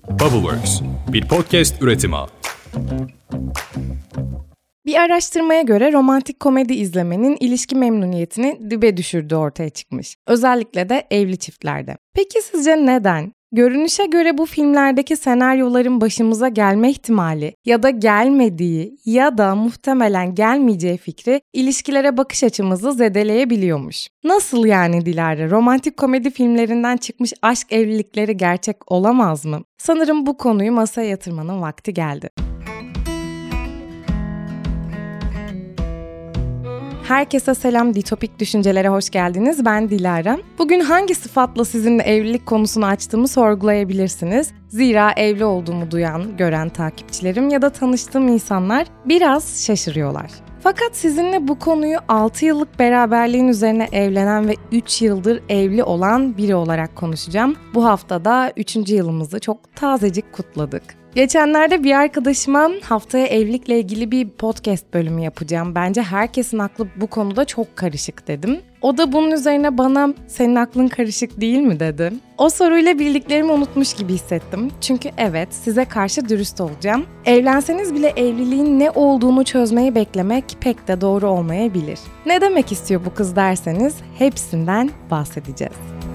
Bubbleworks, bir podcast üretimi. Bir araştırmaya göre romantik komedi izlemenin ilişki memnuniyetini dibe düşürdüğü ortaya çıkmış. Özellikle de evli çiftlerde. Peki sizce neden? Görünüşe göre bu filmlerdeki senaryoların başımıza gelme ihtimali ya da gelmediği ya da muhtemelen gelmeyeceği fikri ilişkilere bakış açımızı zedeleyebiliyormuş. Nasıl yani Dilara? Romantik komedi filmlerinden çıkmış aşk evlilikleri gerçek olamaz mı? Sanırım bu konuyu masaya yatırmanın vakti geldi. Herkese selam, Ditopik Düşüncelere hoş geldiniz. Ben Dilara. Bugün hangi sıfatla sizinle evlilik konusunu açtığımı sorgulayabilirsiniz. Zira evli olduğumu duyan, gören takipçilerim ya da tanıştığım insanlar biraz şaşırıyorlar. Fakat sizinle bu konuyu 6 yıllık beraberliğin üzerine evlenen ve 3 yıldır evli olan biri olarak konuşacağım. Bu hafta da 3. yılımızı çok tazecik kutladık. Geçenlerde bir arkadaşıma haftaya evlilikle ilgili bir podcast bölümü yapacağım. Bence herkesin aklı bu konuda çok karışık dedim. O da bunun üzerine bana "Senin aklın karışık değil mi?" dedi. O soruyla bildiklerimi unutmuş gibi hissettim. Çünkü evet, size karşı dürüst olacağım. Evlenseniz bile evliliğin ne olduğunu çözmeyi beklemek pek de doğru olmayabilir. Ne demek istiyor bu kız derseniz hepsinden bahsedeceğiz.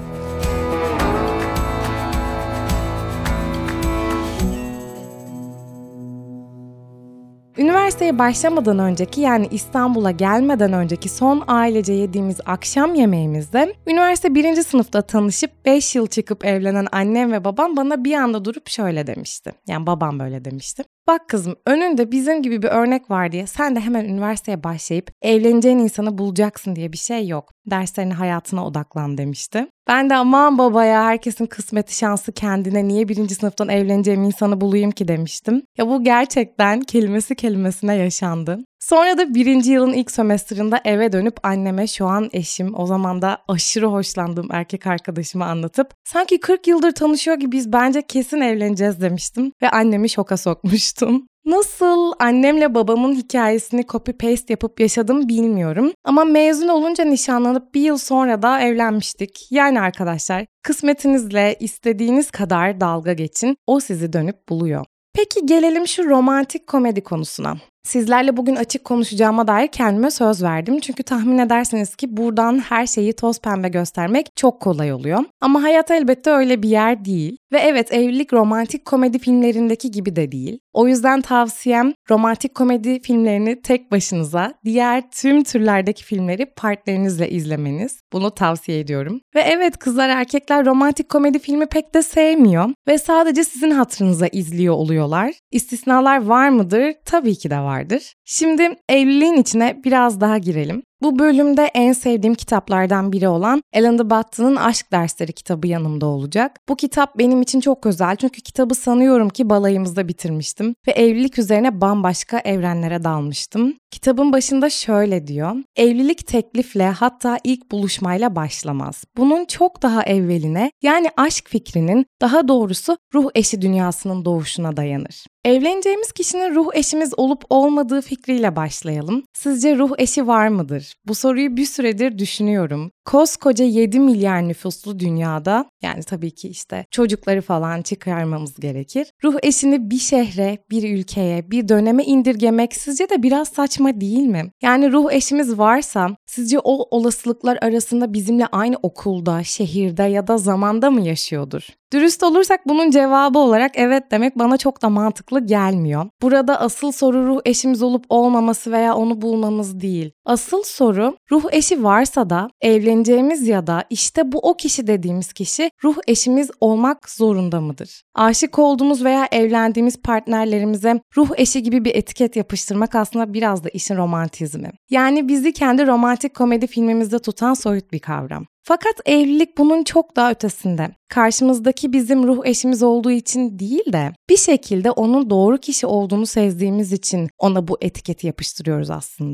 Üniversiteye başlamadan önceki, yani İstanbul'a gelmeden önceki son ailece yediğimiz akşam yemeğimizde üniversite 1. sınıfta tanışıp 5 yıl çıkıp evlenen annem ve babam bana bir anda durup şöyle demişti. Yani babam böyle demişti. "Bak kızım, önünde bizim gibi bir örnek var diye sen de hemen üniversiteye başlayıp evleneceğin insanı bulacaksın diye bir şey yok. Derslerine, hayatına odaklan," demişti. Ben de "Aman baba ya, herkesin kısmeti şansı kendine, niye 1. sınıftan evleneceğim insanı bulayım ki," demiştim. Ya bu gerçekten kelimesi kelimesine yaşandı. Sonra da 1. yılın ilk sömestrinde eve dönüp anneme şu an eşim, o zaman da aşırı hoşlandığım erkek arkadaşımı anlatıp "Sanki 40 yıldır tanışıyor gibiyiz, bence kesin evleneceğiz," demiştim ve annemi şoka sokmuştum. Nasıl annemle babamın hikayesini copy paste yapıp yaşadım bilmiyorum. Ama mezun olunca nişanlanıp 1 yıl sonra da evlenmiştik. Yani arkadaşlar, kısmetinizle istediğiniz kadar dalga geçin, o sizi dönüp buluyor. Peki gelelim şu romantik komedi konusuna. Sizlerle bugün açık konuşacağıma dair kendime söz verdim. Çünkü tahmin edersiniz ki buradan her şeyi toz pembe göstermek çok kolay oluyor. Ama hayat elbette öyle bir yer değil. Ve evet, evlilik romantik komedi filmlerindeki gibi de değil. O yüzden tavsiyem romantik komedi filmlerini tek başınıza, diğer tüm türlerdeki filmleri partnerinizle izlemeniz. Bunu tavsiye ediyorum. Ve evet, kızlar erkekler romantik komedi filmi pek de sevmiyor. Ve sadece sizin hatırınıza izliyor oluyorlar. İstisnalar var mıdır? Tabii ki de vardır. Şimdi evliliğin içine biraz daha girelim. Bu bölümde en sevdiğim kitaplardan biri olan Alain de Botton'ın Aşk Dersleri kitabı yanımda olacak. Bu kitap benim için çok özel çünkü kitabı sanıyorum ki balayımızda bitirmiştim ve evlilik üzerine bambaşka evrenlere dalmıştım. Kitabın başında şöyle diyor: "Evlilik teklifle, hatta ilk buluşmayla başlamaz. Bunun çok daha evveline, yani aşk fikrinin, daha doğrusu ruh eşi dünyasının doğuşuna dayanır." Evleneceğimiz kişinin ruh eşimiz olup olmadığı fikriyle başlayalım. Sizce ruh eşi var mıdır? Bu soruyu bir süredir düşünüyorum. Koskoca 7 milyar nüfuslu dünyada, yani tabii ki işte çocukları falan çıkarmamız gerekir. Ruh eşini bir şehre, bir ülkeye, bir döneme indirgemek sizce de biraz saçma değil mi? Yani ruh eşimiz varsa sizce o olasılıklar arasında bizimle aynı okulda, şehirde ya da zamanda mı yaşıyordur? Dürüst olursak bunun cevabı olarak evet demek bana çok da mantıklı gelmiyor. Burada asıl soru ruh eşimiz olup olmaması veya onu bulmamız değil. Asıl soru, ruh eşi varsa da evleneceğimiz ya da işte bu o kişi dediğimiz kişi ruh eşimiz olmak zorunda mıdır? Aşık olduğumuz veya evlendiğimiz partnerlerimize ruh eşi gibi bir etiket yapıştırmak aslında biraz da işin romantizmi. Yani bizi kendi romantik komedi filmimizde tutan soyut bir kavram. Fakat evlilik bunun çok daha ötesinde. Karşımızdaki bizim ruh eşimiz olduğu için değil de bir şekilde onun doğru kişi olduğunu sezdiğimiz için ona bu etiketi yapıştırıyoruz aslında.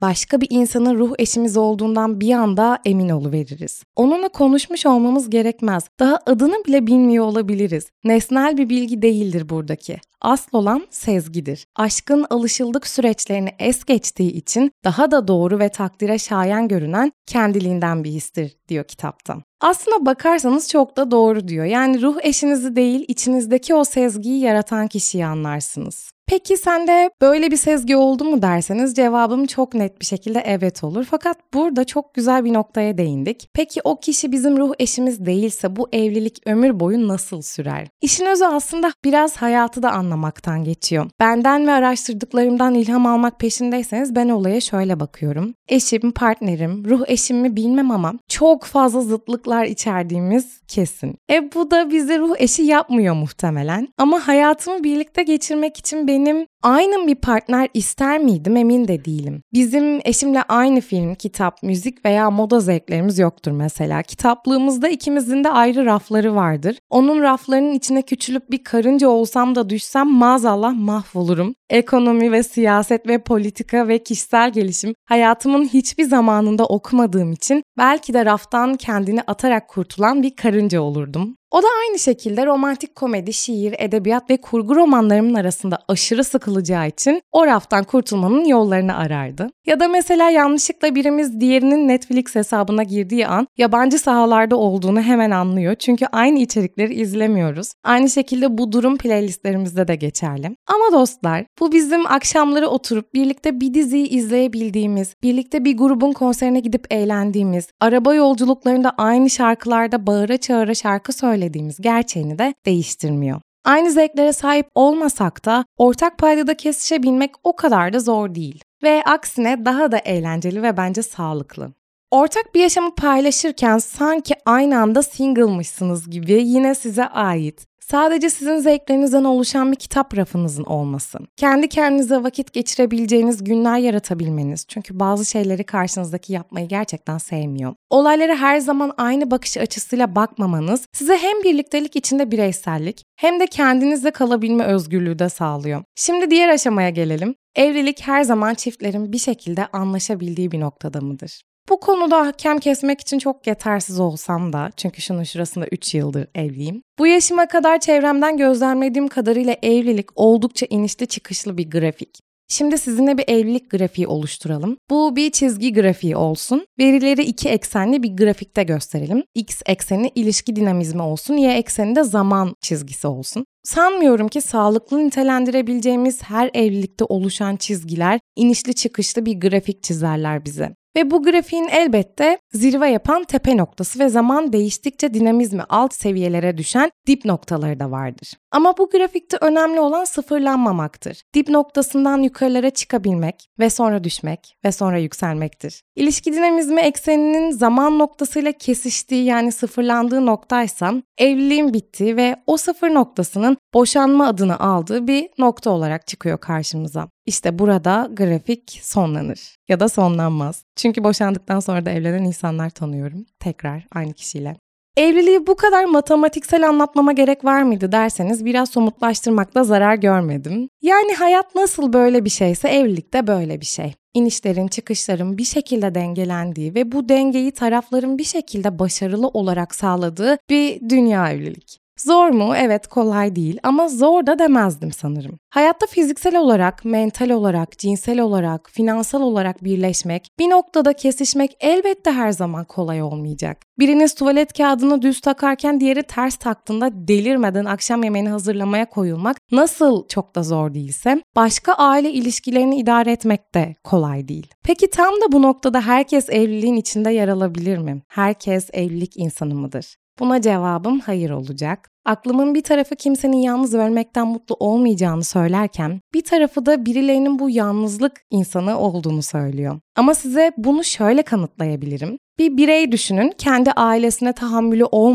başka bir insanın ruh eşimiz olduğundan bir anda emin oluveririz. Onunla konuşmuş olmamız gerekmez. Daha adını bile bilmiyor olabiliriz. Nesnel bir bilgi değildir buradaki. Asıl olan sezgidir. Aşkın alışıldık süreçlerini es geçtiği için daha da doğru ve takdire şayan görünen kendiliğinden bir histir diyor kitapta. Aslına bakarsanız çok da doğru diyor. Yani ruh eşinizi değil, içinizdeki o sezgiyi yaratan kişiyi anlarsınız. Peki sende böyle bir sezgi oldu mu derseniz cevabım çok net bir şekilde evet olur. Fakat burada çok güzel bir noktaya değindik. Peki o kişi bizim ruh eşimiz değilse bu evlilik ömür boyu nasıl sürer? İşin özü aslında biraz hayatı da anlamaktan geçiyor. Benden ve araştırdıklarımdan ilham almak peşindeyseniz ben olaya şöyle bakıyorum. Eşim, partnerim, ruh eşim mi bilmem ama çok fazla zıtlıklar içerdiğimiz kesin. Bu da bizi ruh eşi yapmıyor muhtemelen. Ama hayatımı birlikte geçirmek için benim aynı bir partner ister miydim emin de değilim. Bizim eşimle aynı film, kitap, müzik veya moda zevklerimiz yoktur mesela. Kitaplığımızda ikimizin de ayrı rafları vardır. Onun raflarının içine küçülüp bir karınca olsam da düşsem maazallah mahvolurum. Ekonomi ve siyaset ve politika ve kişisel gelişim hayatımın hiçbir zamanında okumadığım için belki de raftan kendini atarak kurtulan bir karınca olurdum. O da aynı şekilde romantik komedi, şiir, edebiyat ve kurgu romanlarımın arasında aşırı sıkılacağı için o raftan kurtulmanın yollarını arardı. Ya da mesela yanlışlıkla birimiz diğerinin Netflix hesabına girdiği an yabancı sahalarda olduğunu hemen anlıyor. Çünkü aynı içerikleri izlemiyoruz. Aynı şekilde bu durum playlistlerimizde de geçerli. Ama dostlar, bu bizim akşamları oturup birlikte bir diziyi izleyebildiğimiz, birlikte bir grubun konserine gidip eğlendiğimiz, araba yolculuklarında aynı şarkılarda bağıra çağıra şarkı söylediğimiz gerçeğini de değiştirmiyor. Aynı zevklere sahip olmasak da ortak paydada kesişebilmek o kadar da zor değil. Ve aksine daha da eğlenceli ve bence sağlıklı. Ortak bir yaşamı paylaşırken sanki aynı anda single'mışsınız gibi yine size ait. Sadece sizin zevklerinizden oluşan bir kitap rafınızın olması. Kendi kendinize vakit geçirebileceğiniz günler yaratabilmeniz. Çünkü bazı şeyleri karşınızdaki yapmayı gerçekten sevmiyor. Olaylara her zaman aynı bakış açısıyla bakmamanız size hem birliktelik içinde bireysellik hem de kendinizle kalabilme özgürlüğü de sağlıyor. Şimdi diğer aşamaya gelelim. Evlilik her zaman çiftlerin bir şekilde anlaşabildiği bir noktada mıdır? Bu konuda hakem kesmek için çok yetersiz olsam da, çünkü şunun şurasında 3 yıldır evliyim. Bu yaşıma kadar çevremden gözlemlediğim kadarıyla evlilik oldukça inişli çıkışlı bir grafik. Şimdi sizinle bir evlilik grafiği oluşturalım. Bu bir çizgi grafiği olsun. Verileri 2 eksenli bir grafikte gösterelim. X ekseni ilişki dinamizmi olsun, Y ekseni de zaman çizgisi olsun. Sanmıyorum ki sağlıklı nitelendirebileceğimiz her evlilikte oluşan çizgiler inişli çıkışlı bir grafik çizerler bize. Ve bu grafiğin elbette zirve yapan tepe noktası ve zaman değiştikçe dinamizmi alt seviyelere düşen dip noktaları da vardır. Ama bu grafikte önemli olan sıfırlanmamaktır. Dip noktasından yukarılara çıkabilmek ve sonra düşmek ve sonra yükselmektir. İlişki dinamizmi ekseninin zaman noktasıyla kesiştiği yani sıfırlandığı noktaysa evliliğin bittiği ve o sıfır noktasının boşanma adını aldığı bir nokta olarak çıkıyor karşımıza. İşte burada grafik sonlanır ya da sonlanmaz. Çünkü boşandıktan sonra da evlenen insanlar tanıyorum. Tekrar aynı kişiyle. Evliliği bu kadar matematiksel anlatmama gerek var mıydı derseniz biraz somutlaştırmakta zarar görmedim. Yani hayat nasıl böyle bir şeyse evlilik de böyle bir şey. İnişlerin, çıkışların bir şekilde dengelendiği ve bu dengeyi tarafların bir şekilde başarılı olarak sağladığı bir dünya evlilik. Zor mu? Evet, kolay değil ama zor da demezdim sanırım. Hayatta fiziksel olarak, mental olarak, cinsel olarak, finansal olarak birleşmek, bir noktada kesişmek elbette her zaman kolay olmayacak. Biriniz tuvalet kağıdını düz takarken diğeri ters taktığında delirmeden akşam yemeğini hazırlamaya koyulmak nasıl çok da zor değilse, başka aile ilişkilerini idare etmek de kolay değil. Peki tam da bu noktada herkes evliliğin içinde yer alabilir mi? Herkes evlilik insanı mıdır? Buna cevabım hayır olacak. Aklımın bir tarafı kimsenin yalnız ölmekten mutlu olmayacağını söylerken bir tarafı da birilerinin bu yalnızlık insanı olduğunu söylüyor. Ama size bunu şöyle kanıtlayabilirim. Bir birey düşünün, kendi ailesine tahammülü olmayan,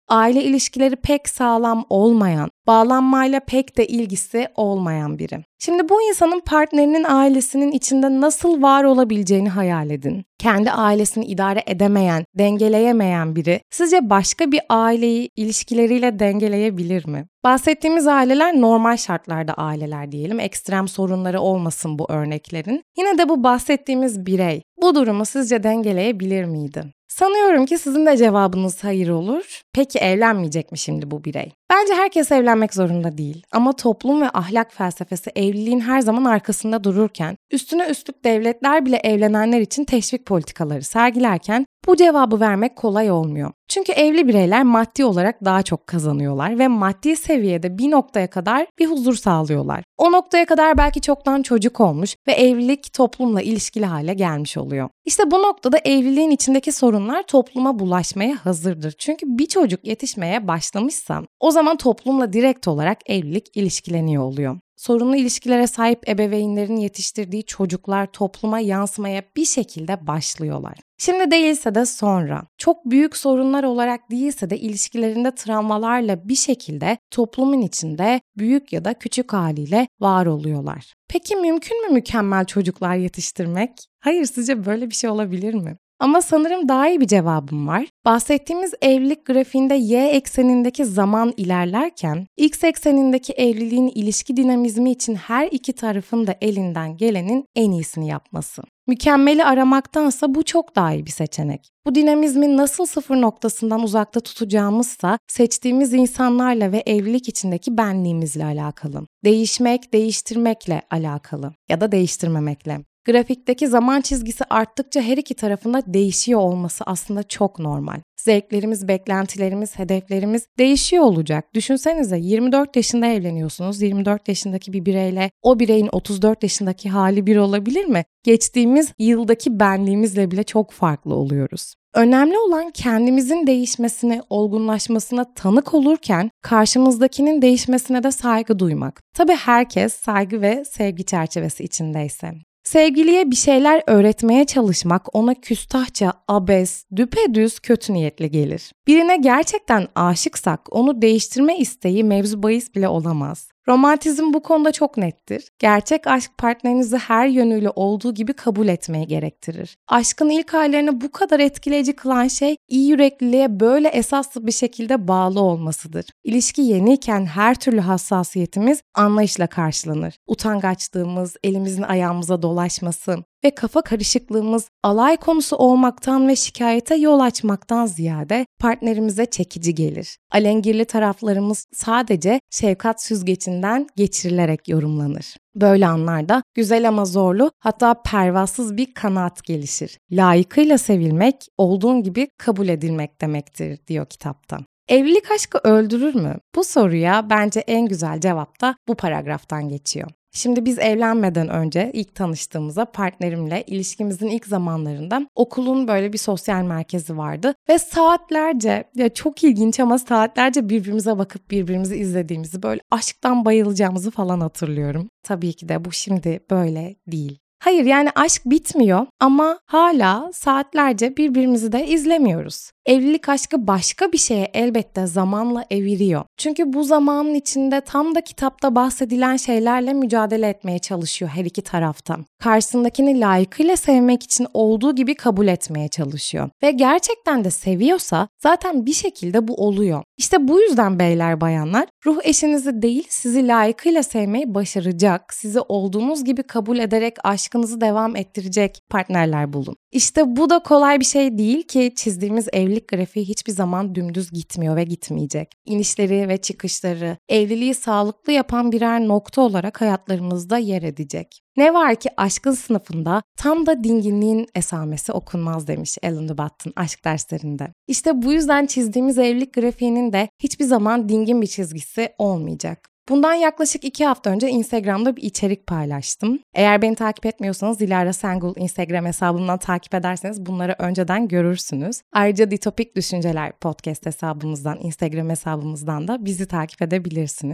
aile ilişkileri pek sağlam olmayan, bağlanmayla pek de ilgisi olmayan biri. Şimdi bu insanın partnerinin ailesinin içinde nasıl var olabileceğini hayal edin. Kendi ailesini idare edemeyen, dengeleyemeyen biri sizce başka bir aileyi ilişkileriyle dengeleyebilir mi? Bahsettiğimiz aileler normal şartlarda aileler diyelim. Ekstrem sorunları olmasın bu örneklerin. Yine de bu bahsettiğimiz birey bu durumu sizce dengeleyebilir miydi? Sanıyorum ki sizin de cevabınız hayır olur. Peki evlenmeyecek mi şimdi bu birey? Bence herkes evlenmek zorunda değil. Ama toplum ve ahlak felsefesi evliliğin her zaman arkasında dururken, üstüne üstlük devletler bile evlenenler için teşvik politikaları sergilerken bu cevabı vermek kolay olmuyor. Çünkü evli bireyler maddi olarak daha çok kazanıyorlar ve maddi seviyede bir noktaya kadar bir huzur sağlıyorlar. O noktaya kadar belki çoktan çocuk olmuş ve evlilik toplumla ilişkili hale gelmiş oluyor. İşte bu noktada evliliğin içindeki sorunlar topluma bulaşmaya hazırdır. Çünkü bir çocuk yetişmeye başlamışsa o zaman toplumla direkt olarak evlilik ilişkileniyor oluyor. Sorunlu ilişkilere sahip ebeveynlerin yetiştirdiği çocuklar topluma yansımaya bir şekilde başlıyorlar. Şimdi değilse de sonra, çok büyük sorunlar olarak değilse de ilişkilerinde travmalarla bir şekilde toplumun içinde büyük ya da küçük haliyle var oluyorlar. Peki mümkün mü mükemmel çocuklar yetiştirmek? Hayır, sizce böyle bir şey olabilir mi? Ama sanırım daha iyi bir cevabım var. Bahsettiğimiz evlilik grafiğinde y eksenindeki zaman ilerlerken, x eksenindeki evliliğin ilişki dinamizmi için her iki tarafın da elinden gelenin en iyisini yapması. Mükemmeli aramaktansa bu çok daha iyi bir seçenek. Bu dinamizmin nasıl sıfır noktasından uzakta tutacağımızsa seçtiğimiz insanlarla ve evlilik içindeki benliğimizle alakalı. Değişmek, değiştirmekle alakalı ya da değiştirmemekle. Grafikteki zaman çizgisi arttıkça her iki tarafında değişiyor olması aslında çok normal. Zevklerimiz, beklentilerimiz, hedeflerimiz değişiyor olacak. Düşünsenize 24 yaşında evleniyorsunuz. 24 yaşındaki bir bireyle o bireyin 34 yaşındaki hali bir olabilir mi? Geçtiğimiz yıldaki benliğimizle bile çok farklı oluyoruz. Önemli olan kendimizin değişmesine, olgunlaşmasına tanık olurken karşımızdakinin değişmesine de saygı duymak. Tabii herkes saygı ve sevgi çerçevesi içindeyse. Sevgiliye bir şeyler öğretmeye çalışmak ona küstahça, abes, düpedüz kötü niyetli gelir. Birine gerçekten aşıksak onu değiştirme isteği mevzu bahis bile olamaz. Romantizm bu konuda çok nettir. Gerçek aşk partnerinizi her yönüyle olduğu gibi kabul etmeyi gerektirir. Aşkın ilk hallerini bu kadar etkileyici kılan şey iyi yürekliliğe böyle esaslı bir şekilde bağlı olmasıdır. İlişki yeniyken her türlü hassasiyetimiz anlayışla karşılanır. Utangaçlığımız, elimizin ayağımıza dolaşması ve kafa karışıklığımız alay konusu olmaktan ve şikayete yol açmaktan ziyade partnerimize çekici gelir. Alengirli taraflarımız sadece şefkat süzgecinden geçirilerek yorumlanır. Böyle anlarda güzel ama zorlu, hatta pervasız bir kanaat gelişir. Layıkıyla sevilmek, olduğun gibi kabul edilmek demektir diyor kitapta. Evlilik aşkı öldürür mü? Bu soruya bence en güzel cevap da bu paragraftan geçiyor. Şimdi biz evlenmeden önce ilk tanıştığımızda partnerimle ilişkimizin ilk zamanlarında okulun böyle bir sosyal merkezi vardı ve saatlerce, ya çok ilginç ama saatlerce birbirimize bakıp birbirimizi izlediğimizi, böyle aşktan bayılacağımızı falan hatırlıyorum. Tabii ki de bu şimdi böyle değil. Hayır, yani aşk bitmiyor ama hala saatlerce birbirimizi de izlemiyoruz. Evlilik aşkı başka bir şeye elbette zamanla eviriyor. Çünkü bu zamanın içinde tam da kitapta bahsedilen şeylerle mücadele etmeye çalışıyor her iki tarafta. Karşısındakini layıkıyla sevmek için olduğu gibi kabul etmeye çalışıyor. Ve gerçekten de seviyorsa zaten bir şekilde bu oluyor. İşte bu yüzden beyler bayanlar, ruh eşinizi değil sizi layıkıyla sevmeyi başaracak, sizi olduğunuz gibi kabul ederek aşkınızı devam ettirecek partnerler bulun. İşte bu da kolay bir şey değil ki çizdiğimiz evlilik grafiği hiçbir zaman dümdüz gitmiyor ve gitmeyecek. İnişleri ve çıkışları, evliliği sağlıklı yapan birer nokta olarak hayatlarımızda yer edecek. Ne var ki aşkın sınıfında tam da dinginliğin esamesi okunmaz demiş Alan de Botton aşk derslerinde. İşte bu yüzden çizdiğimiz evlilik grafiğinin de hiçbir zaman dingin bir çizgisi olmayacak. Bundan yaklaşık 2 hafta önce Instagram'da bir içerik paylaştım. Eğer beni takip etmiyorsanız Dilara Sengul Instagram hesabımdan takip ederseniz bunları önceden görürsünüz. Ayrıca Ditopik Düşünceler podcast hesabımızdan, Instagram hesabımızdan da bizi takip edebilirsiniz.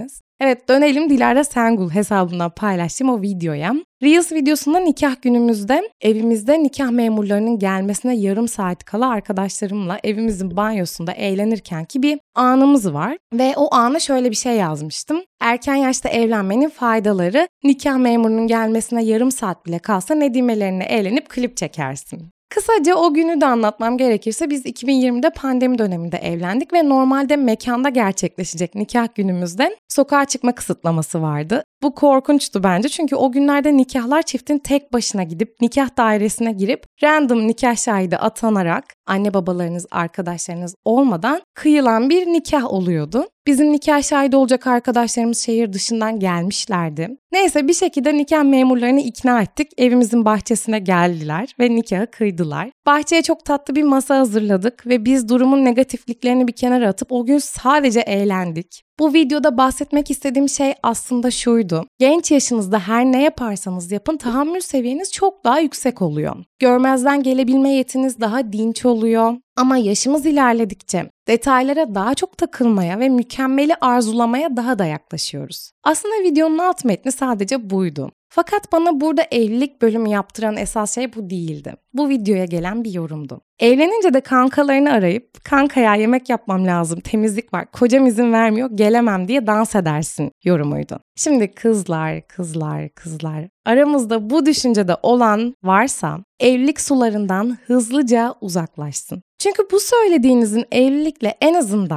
Evet, dönelim Dilara Sengul hesabından paylaştığım o videoya. Reels videosunda nikah günümüzde evimizde nikah memurlarının gelmesine yarım saat kala arkadaşlarımla evimizin banyosunda eğlenirken ki bir anımız var. Ve o ana şöyle bir şey yazmıştım. Erken yaşta evlenmenin faydaları, nikah memurunun gelmesine yarım saat bile kalsa nedimelerine eğlenip klip çekersin. Kısaca o günü de anlatmam gerekirse biz 2020'de pandemi döneminde evlendik ve normalde mekanda gerçekleşecek nikah günümüzde sokağa çıkma kısıtlaması vardı. Bu korkunçtu bence çünkü o günlerde nikahlar çiftin tek başına gidip nikah dairesine girip random nikah şahidi atanarak anne babalarınız, arkadaşlarınız olmadan kıyılan bir nikah oluyordu. Bizim nikah şahidi olacak arkadaşlarımız şehir dışından gelmişlerdi. Neyse bir şekilde nikah memurlarını ikna ettik. Evimizin bahçesine geldiler ve nikahı kıydılar. Bahçeye çok tatlı bir masa hazırladık ve biz durumun negatifliklerini bir kenara atıp o gün sadece eğlendik. Bu videoda bahsetmek istediğim şey aslında şuydu. Genç yaşınızda her ne yaparsanız yapın tahammül seviyeniz çok daha yüksek oluyor. Görmezden gelebilme yetiniz daha dinç oluyor. Ama yaşımız ilerledikçe detaylara daha çok takılmaya ve mükemmeli arzulamaya daha da yaklaşıyoruz. Aslında videonun alt metni sadece buydu. Fakat bana burada evlilik bölümü yaptıran esas şey bu değildi. Bu videoya gelen bir yorumdu. Evlenince de kankalarını arayıp kankaya yemek yapmam lazım, temizlik var, kocam izin vermiyor, gelemem diye dans edersin yorumuydu. Şimdi kızlar, aramızda bu düşüncede olan varsa evlilik sularından hızlıca uzaklaşsın. Çünkü bu söylediğinizin evlilikle en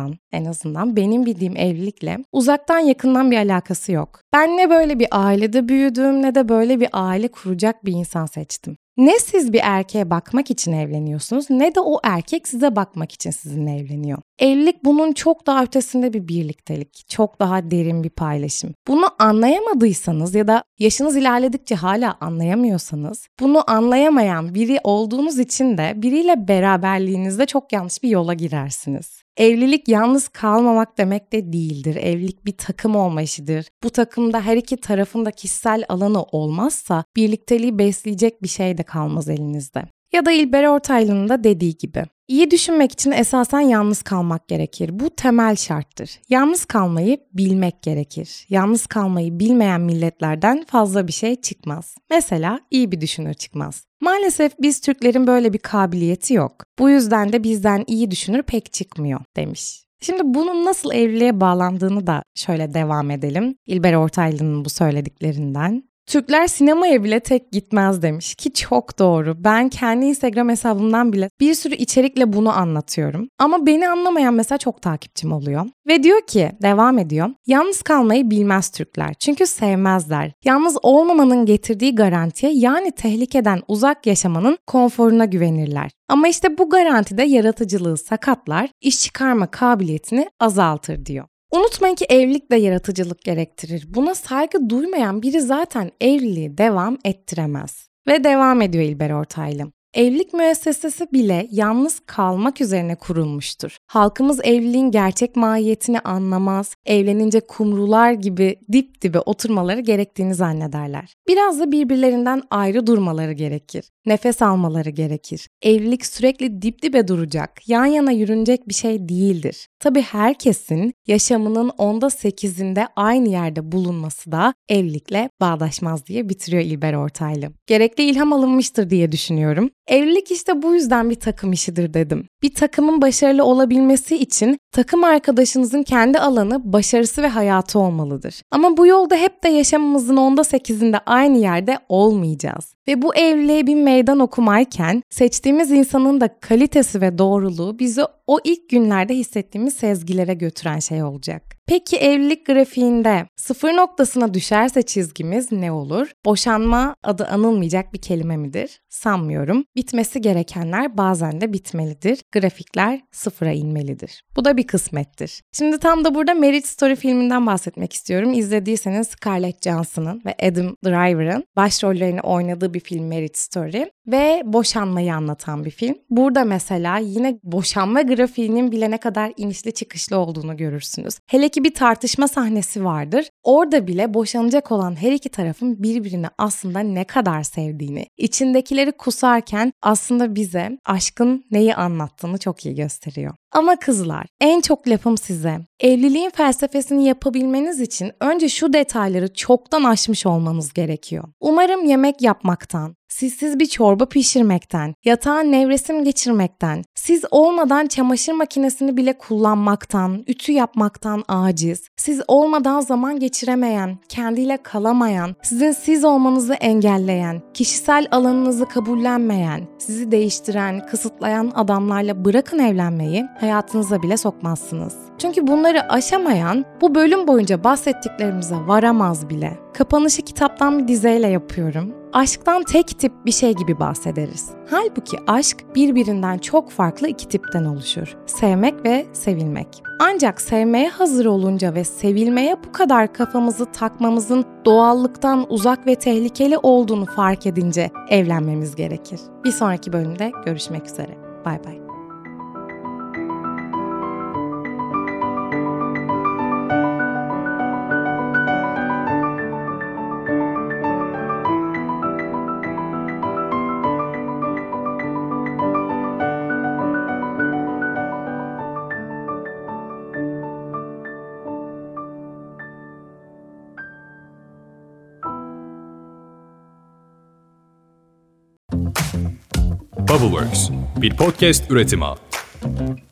azından benim bildiğim evlilikle uzaktan yakından bir alakası yok. Ben ne böyle bir ailede büyüdüm ne de böyle bir aile kuracak bir insan seçtim. Ne siz bir erkeğe bakmak için evleniyorsunuz ne de o erkek size bakmak için sizinle evleniyor. Evlilik bunun çok daha ötesinde bir birliktelik, çok daha derin bir paylaşım. Bunu anlayamadıysanız ya da yaşınız ilerledikçe hala anlayamıyorsanız, bunu anlayamayan biri olduğunuz için de biriyle beraberliğinizde çok yanlış bir yola girersiniz. Evlilik yalnız kalmamak demek de değildir. Evlilik bir takım olma işidir. Bu takımda her iki tarafın da kişisel alanı olmazsa birlikteliği besleyecek bir şey de kalmaz elinizde. Ya da İlber Ortaylı'nın da dediği gibi. İyi düşünmek için esasen yalnız kalmak gerekir. Bu temel şarttır. Yalnız kalmayı bilmek gerekir. Yalnız kalmayı bilmeyen milletlerden fazla bir şey çıkmaz. Mesela iyi bir düşünür çıkmaz. Maalesef biz Türklerin böyle bir kabiliyeti yok. Bu yüzden de bizden iyi düşünür pek çıkmıyor demiş. Şimdi bunun nasıl evliliğe bağlandığını da şöyle devam edelim. İlber Ortaylı'nın bu söylediklerinden. Türkler sinemaya bile tek gitmez demiş ki çok doğru. Ben kendi Instagram hesabımdan bile bir sürü içerikle bunu anlatıyorum. Ama beni anlamayan mesela çok takipçim oluyor. Ve diyor ki, devam ediyor. Yalnız kalmayı bilmez Türkler. Çünkü sevmezler. Yalnız olmamanın getirdiği garantiye yani tehlikeden uzak yaşamanın konforuna güvenirler. Ama işte bu garantide yaratıcılığı sakatlar, iş çıkarma kabiliyetini azaltır diyor. Unutmayın ki evlilik de yaratıcılık gerektirir. Buna saygı duymayan biri zaten evliliği devam ettiremez. Ve devam ediyor İlber Ortaylı. Evlilik müessesesi bile yalnız kalmak üzerine kurulmuştur. Halkımız evliliğin gerçek mahiyetini anlamaz, evlenince kumrular gibi dip dibe oturmaları gerektiğini zannederler. Biraz da birbirlerinden ayrı durmaları gerekir. Nefes almaları gerekir. Evlilik sürekli dip dibe duracak, yan yana yürünecek bir şey değildir. Tabii herkesin yaşamının 8'inde aynı yerde bulunması da evlilikle bağdaşmaz diye bitiriyor İlber Ortaylı. Gerekli ilham alınmıştır diye düşünüyorum. Evlilik işte bu yüzden bir takım işidir dedim. Bir takımın başarılı olabilmesi için takım arkadaşınızın kendi alanı, başarısı ve hayatı olmalıdır. Ama bu yolda hep de yaşamımızın 8'inde aynı yerde olmayacağız. Ve bu evliliğe bir meydan okumayken seçtiğimiz insanın da kalitesi ve doğruluğu bizi o ilk günlerde hissettiğimiz sezgilere götüren şey olacak. Peki evlilik grafiğinde sıfır noktasına düşerse çizgimiz ne olur? Boşanma adı anılmayacak bir kelime midir? Sanmıyorum. Bitmesi gerekenler bazen de bitmelidir. Grafikler sıfıra inmelidir. Bu da bir kısmettir. Şimdi tam da burada Marriage Story filminden bahsetmek istiyorum. İzlediyseniz Scarlett Johansson'ın ve Adam Driver'ın başrollerini oynadığı bir film Marriage Story ve boşanmayı anlatan bir film. Burada mesela yine boşanma grafiğinin bile ne kadar inişli çıkışlı olduğunu görürsünüz. Hele ki bir tartışma sahnesi vardır. Orada bile boşanacak olan her iki tarafın birbirini aslında ne kadar sevdiğini, içindekileri kusarken aslında bize aşkın neyi anlattığını çok iyi gösteriyor. Ama kızlar, en çok lafım size. Evliliğin felsefesini yapabilmeniz için önce şu detayları çoktan aşmış olmanız gerekiyor. Umarım yemek yapmaktan, sizsiz bir çorba pişirmekten, yatağa nevresim geçirmekten, siz olmadan çamaşır makinesini bile kullanmaktan, ütü yapmaktan aciz, siz olmadan zaman geçiremeyen, kendiyle kalamayan, sizin siz olmanızı engelleyen, kişisel alanınızı kabullenmeyen, sizi değiştiren, kısıtlayan adamlarla bırakın evlenmeyi, hayatınıza bile sokmazsınız. Çünkü bunları aşamayan bu bölüm boyunca bahsettiklerimize varamaz bile. Kapanışı kitaptan bir dizeyle yapıyorum. Aşktan tek tip bir şey gibi bahsederiz. Halbuki aşk birbirinden çok farklı iki tipten oluşur. Sevmek ve sevilmek. Ancak sevmeye hazır olunca ve sevilmeye bu kadar kafamızı takmamızın doğallıktan uzak ve tehlikeli olduğunu fark edince evlenmemiz gerekir. Bir sonraki bölümde görüşmek üzere. Bay bay. Bubbleworks, bir podcast üretimi.